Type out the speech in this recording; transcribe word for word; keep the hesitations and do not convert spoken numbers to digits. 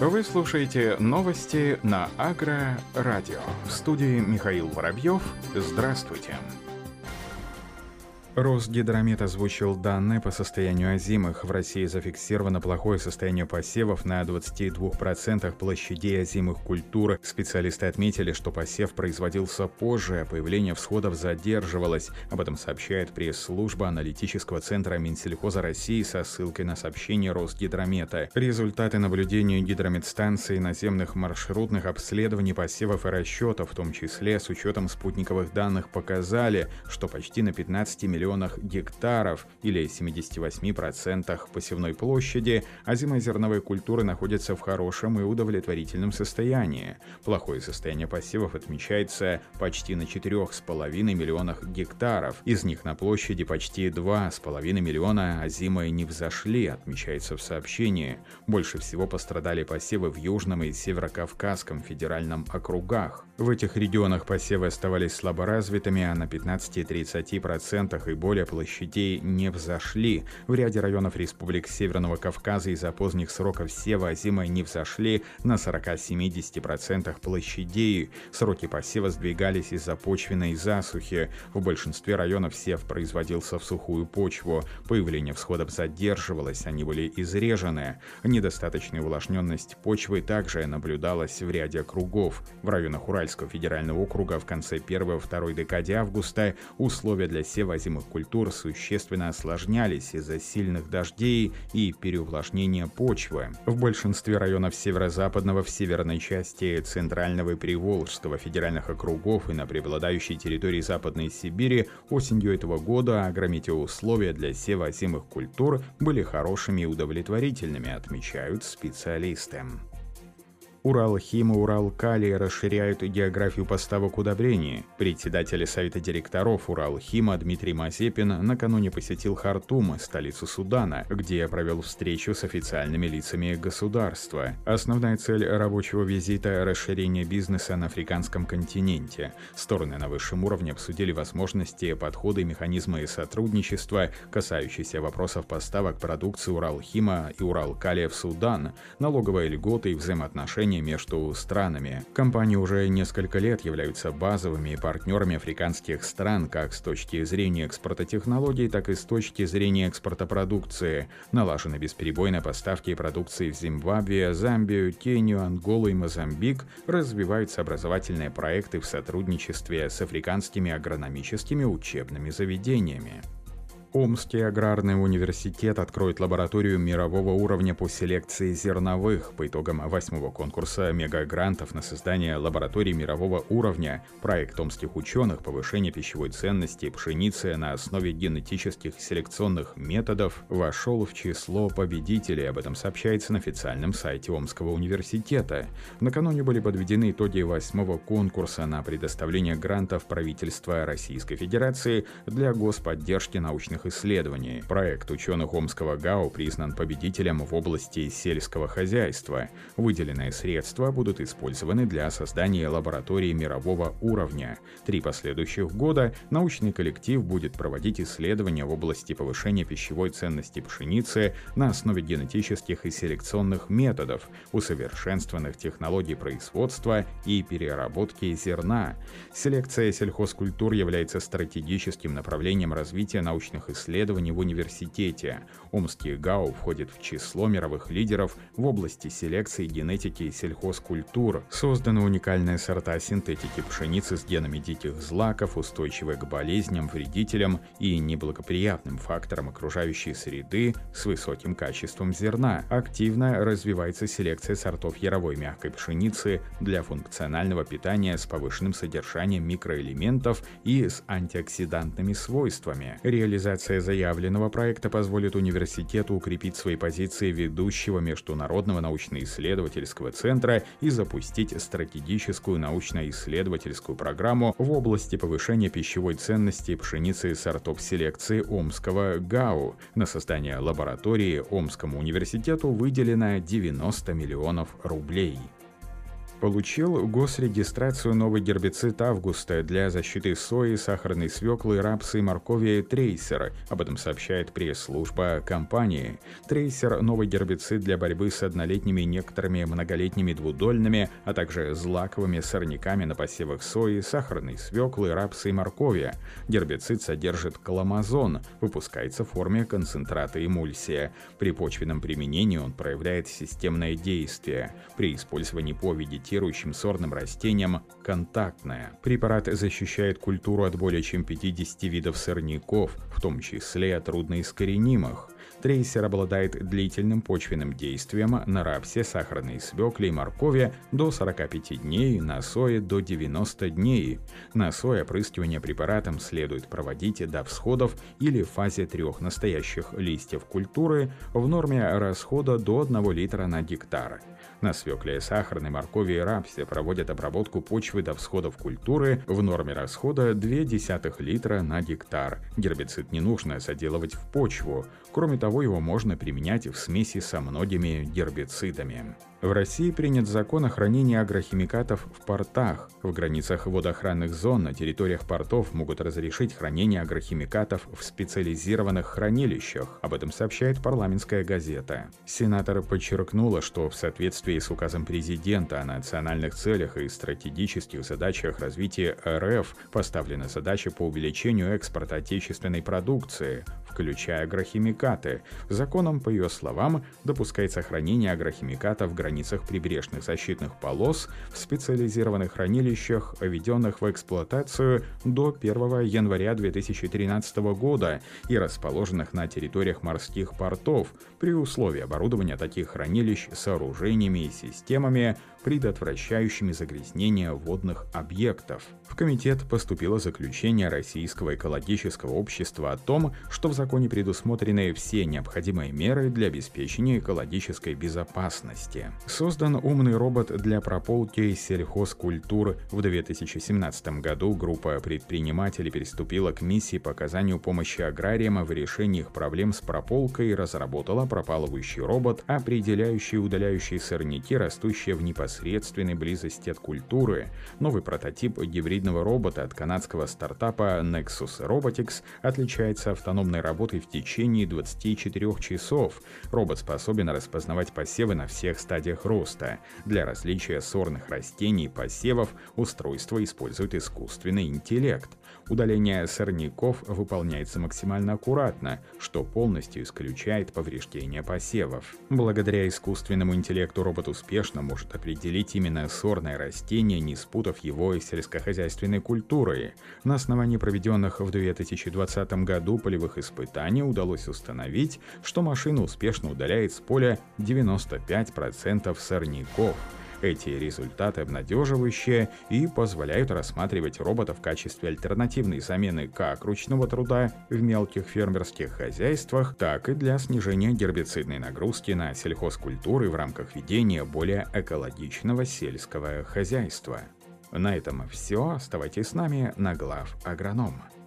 Вы слушаете новости на Агро-радио. В студии Михаил Воробьев. Здравствуйте. Росгидромет озвучил данные по состоянию озимых. В России зафиксировано плохое состояние посевов на двадцати двух процентах площадей озимых культур. Специалисты отметили, что посев производился позже, а появление всходов задерживалось. Об этом сообщает пресс-служба аналитического центра Минсельхоза России со ссылкой на сообщение Росгидромета. Результаты наблюдения гидрометстанций наземных маршрутных обследований посевов и расчетов, в том числе с учетом спутниковых данных, показали, что почти на пятнадцати миллионах гектаров или семидесяти восьми процентах посевной площади озимые зерновые культуры находятся в хорошем и удовлетворительном состоянии. Плохое состояние посевов отмечается почти на четырёх с половиной миллионах гектаров. Из них на площади почти два с половиной миллиона озимые не взошли, отмечается в сообщении. Больше всего пострадали посевы в Южном и Северокавказском федеральном округах. В этих регионах посевы оставались слаборазвитыми, а на пятнадцати-тридцати процентах и более площадей не взошли. В ряде районов республик Северного Кавказа из-за поздних сроков сева озимые не взошли на сорока-семидесяти процентах площадей. Сроки посева сдвигались из-за почвенной засухи. В большинстве районов сев производился в сухую почву. Появление всходов задерживалось, они были изрежены. Недостаточная увлажненность почвы также наблюдалась в ряде округов. В районах Уральского федерального округа в конце первой-второй декады августа условия для сева озимых культур существенно осложнялись из-за сильных дождей и переувлажнения почвы. В большинстве районов северо-западного, в северной части Центрального и Приволжского федеральных округов и на преобладающей территории Западной Сибири осенью этого года агрометеоусловия для сева озимых культур были хорошими и удовлетворительными, отмечают специалисты. Уралхим и Уралкалий расширяют географию поставок удобрений. Председатель Совета директоров Уралхима Дмитрий Мазепин накануне посетил Хартум, столицу Судана, где провел встречу с официальными лицами государства. Основная цель рабочего визита – расширение бизнеса на африканском континенте. Стороны на высшем уровне обсудили возможности, подходы и механизмы сотрудничества, касающиеся вопросов поставок продукции Уралхима и Уралкалия в Судан, налоговые льготы и взаимоотношения между странами. Компании уже несколько лет являются базовыми партнерами африканских стран как с точки зрения экспорта технологий, так и с точки зрения экспорта продукции. Налажены бесперебойные поставки продукции в Зимбабве, Замбию, Кению, Анголу и Мозамбик. Развиваются образовательные проекты в сотрудничестве с африканскими агрономическими учебными заведениями. Омский аграрный университет откроет лабораторию мирового уровня по селекции зерновых. По итогам восьмого конкурса мегагрантов на создание лаборатории мирового уровня проект омских ученых «Повышение пищевой ценности пшеницы на основе генетических селекционных методов» вошел в число победителей. Об этом сообщается на официальном сайте Омского университета. Накануне были подведены итоги восьмого конкурса на предоставление грантов правительства Российской Федерации для господдержки научных исследований. Проект ученых Омского ГАУ признан победителем в области сельского хозяйства. Выделенные средства будут использованы для создания лаборатории мирового уровня. Три последующих года научный коллектив будет проводить исследования в области повышения пищевой ценности пшеницы на основе генетических и селекционных методов, усовершенствованных технологий производства и переработки зерна. Селекция сельхозкультур является стратегическим направлением развития научных исследований в университете. Омский ГАУ входит в число мировых лидеров в области селекции, генетики и сельхозкультур. Созданы уникальные сорта синтетики пшеницы с генами диких злаков, устойчивые к болезням, вредителям и неблагоприятным факторам окружающей среды с высоким качеством зерна. Активно развивается селекция сортов яровой мягкой пшеницы для функционального питания с повышенным содержанием микроэлементов и с антиоксидантными свойствами. Реализация заявленного проекта позволит университету укрепить свои позиции ведущего международного научно-исследовательского центра и запустить стратегическую научно-исследовательскую программу в области повышения пищевой ценности пшеницы сортов селекции Омского ГАУ. На создание лаборатории Омскому университету выделено девяносто миллионов рублей. Получил госрегистрацию новый гербицид августа для защиты сои, сахарной свеклы, рапса и моркови «Трейсер». Об этом сообщает пресс-служба компании. «Трейсер» — новый гербицид для борьбы с однолетними и некоторыми многолетними двудольными, а также злаковыми сорняками на посевах сои, сахарной свеклы, рапса и моркови. Гербицид содержит кламазон, выпускается в форме концентрата эмульсия. При почвенном применении он проявляет системное действие. При использовании по вегетированию сорным растениям контактное. Препарат защищает культуру от более чем пятидесяти видов сорняков, в том числе от трудноискоренимых. Трейсер обладает длительным почвенным действием на рапсе, сахарной свекле и моркови до сорока пяти дней, на сое до девяноста дней. На сое опрыскивание препаратом следует проводить до всходов или в фазе трех настоящих листьев культуры в норме расхода до одного литра на гектар. На свекле, сахарной моркови и рапсе проводят обработку почвы до всходов культуры в норме расхода ноль целых две десятых литра на гектар. Гербицид не нужно заделывать в почву. Кроме того, его можно применять в смеси со многими гербицидами. В России принят закон о хранении агрохимикатов в портах. В границах водоохранных зон на территориях портов могут разрешить хранение агрохимикатов в специализированных хранилищах. Об этом сообщает парламентская газета. Сенатор подчеркнула, что в соответствии с указом президента о национальных целях и стратегических задачах развития эр эф поставлена задача по увеличению экспорта отечественной продукции, включая агрохимикаты. Законом, по ее словам, допускается хранение агрохимикатов в границах границах прибрежных защитных полос в специализированных хранилищах, введенных в эксплуатацию до первого января две тысячи тринадцатого года и расположенных на территориях морских портов, при условии оборудования таких хранилищ сооружениями и системами, предотвращающими загрязнение водных объектов. В комитет поступило заключение Российского экологического общества о том, что в законе предусмотрены все необходимые меры для обеспечения экологической безопасности. Создан умный робот для прополки сельхозкультур. В две тысячи семнадцатом году группа предпринимателей приступила к миссии по оказанию помощи аграриям в решении их проблем с прополкой и разработала пропалывающий робот, определяющий и удаляющий сорняки, растущие в непосредственной близости от культуры. Новый прототип гибридного робота от канадского стартапа Nexus Robotics отличается автономной работой в течение двадцати четырёх часов. Робот способен распознавать посевы на всех стадиях роста. Для различия сорных растений и посевов устройство использует искусственный интеллект. Удаление сорняков выполняется максимально аккуратно, что полностью исключает повреждение посевов. Благодаря искусственному интеллекту робот успешно может определить именно сорное растение, не спутав его с сельскохозяйственной культурой. На основании проведенных в две тысячи двадцатом году полевых испытаний удалось установить, что машина успешно удаляет с поля девяносто пять процентов сорняков. Эти результаты обнадеживающие и позволяют рассматривать робота в качестве альтернативной замены как ручного труда в мелких фермерских хозяйствах, так и для снижения гербицидной нагрузки на сельхозкультуры в рамках ведения более экологичного сельского хозяйства. На этом все. Оставайтесь с нами на Глав Агронома.